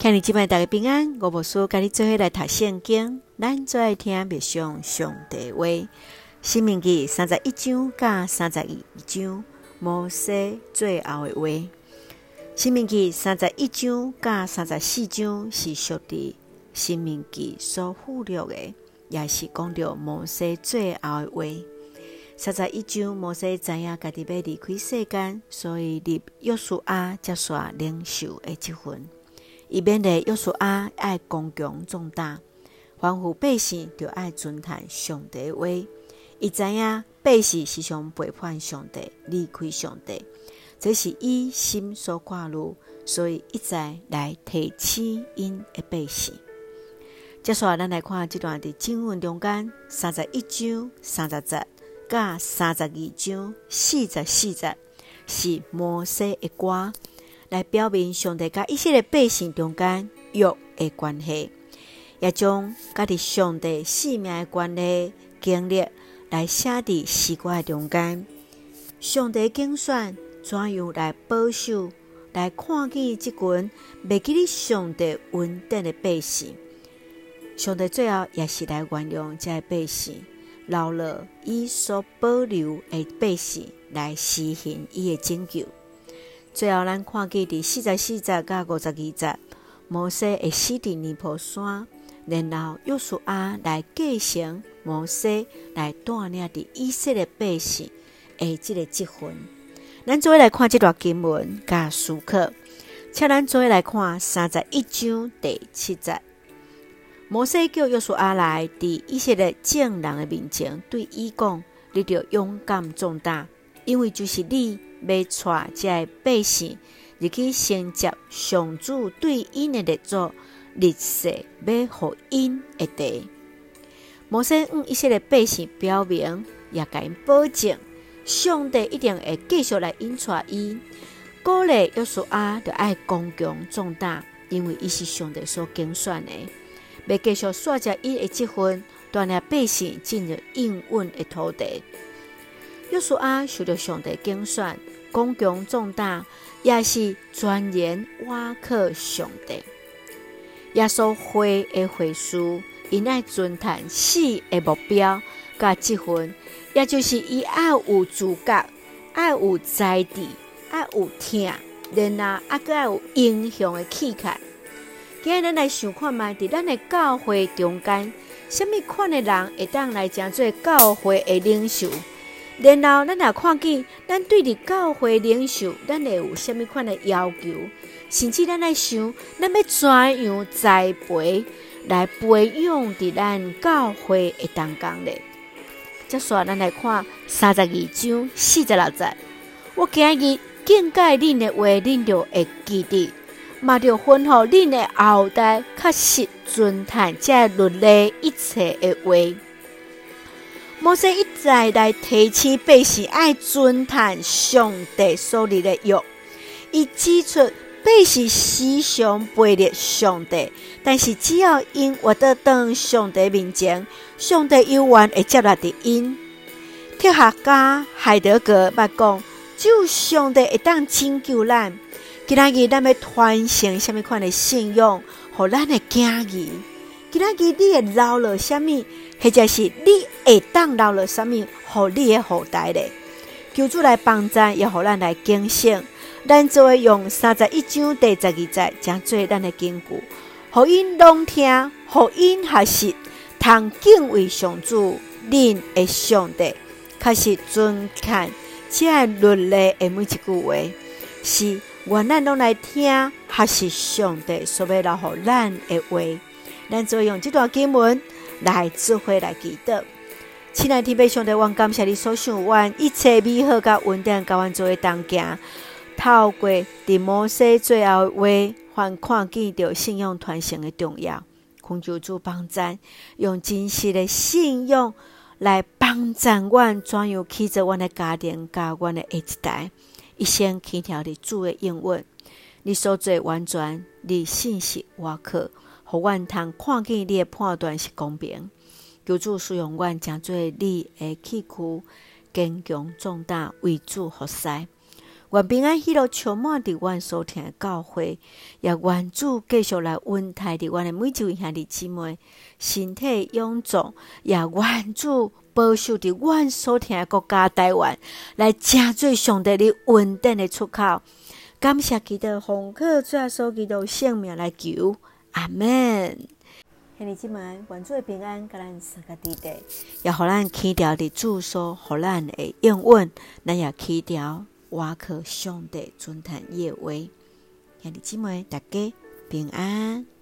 今日即摆大家平安，我牧师甲你做伙来读圣经，咱做来听默想上帝话。申命记31章甲32章，摩西最后的话。申命记31章甲34章是属于申命记所附录的，也是讲到摩西最后的话。31章，摩西知影家己要离开世间，所以立约书亚接续领袖的职分。伊勉励约书亚爱刚强壮大，吩咐百姓就爱遵行上帝的话。伊知影百姓时常背叛上帝，离开上帝，这是伊心所挂虑，所以一再来提醒因的百姓。接下来咱来看这段伫经文中间31章30节甲32章44节是摩西的歌，来表明上帝甲以色列百姓中间约的关系，也将家己上帝性命的关系经历来写伫诗歌的中间。上帝竞选怎样来保守、来看见这群袂记得上帝恩典的百姓？上帝最后也是来原谅这百姓，留了伊所保留的百姓来实行伊的拯救。最后咱看见伫44节甲52节，摩西会死伫尼泊山，然后约书亚来继承摩西来带领伫以色列百姓的这个职分。咱做伙来看这段经文甲思考，请咱做伙来看31章第7节。摩西叫约书亚来伫以色列众人的面前对伊讲：你着勇敢壮大，因为就是你要带这百姓入去承接上主对因的列祖立誓要互因的地。摩西向以色列百姓表明，也甲因保证，上帝一定会继续来引带伊，鼓励约书亚着爱刚强壮大，因为伊是上帝所拣选的，要继续带着伊的职分，带领百姓进入应允的土地。约书亚受到上帝拣选，刚强壮大，也是全然倚靠上帝。耶稣会的会士，因爱遵行死的目标甲职分，也就是伊爱有资格，爱有才智，爱有听，然后还爱有影响的气概。今日咱来想看卖，伫咱的教会中间，什么款的人会当来成做教会的领袖？然后咱也看见，咱对伫教会领袖，咱会有什么款的要求？甚至咱来想，咱要怎样栽培来培养伫咱教会的当中咧？接下来咱来看32章46节。我今日敬戒恁的话，恁就会记得，嘛就吩咐恁的后代确实遵行这律例一切的话。摩西一再来提醒百姓爱遵行上帝所立的约，伊指出百姓时常背离上帝，但是只要因活到当上帝面前，上帝永远会接纳伫因。哲学家海德格捌讲，只有上帝会当拯救咱。今仔日咱要传承什么款的信仰，互咱的囝儿？今仔日你会留落什么？或者是你会当留落什么，互你的后代咧？求主来帮助，也互咱来警醒。咱做伙用31章第12节将做咱的根据，互因拢听，互因学习，通敬畏上主，恁的上帝，确实遵看这律例的每一句话，是愿咱拢来听学习上帝所要留互咱的话。咱做用这段经文来智慧来祈祷。亲爱的天父上帝，阮感谢你所想阮一切美好甲恩典，甲阮做伙同行。透过伫摩西最后的话，还看见到信仰传承的重要。恳求主帮助，用真实的信仰来帮助阮怎样起着阮的家庭，甲阮的下一代，一生祈求你主的应允。你所做完全，你信实我可。互阮通看见你的判断是公平，求主使用阮，成做你的器具，坚强壮大，为主服侍。 愿平安喜乐充满伫阮所听的教会，也愿主继续来恩待伫阮的每一位兄弟姊妹，身体勇壮，也愿主保守伫阮所听的国家台湾，来成做上帝的恩典的出口。感谢基督奉靠主耶稣基督圣名来求，阿们。兄弟姊妹，愿主的平安甲咱三个伫地，也互咱起条伫主所互咱的应允，咱也起条倚靠上帝尊坛耶话。兄弟姊妹，大家平安。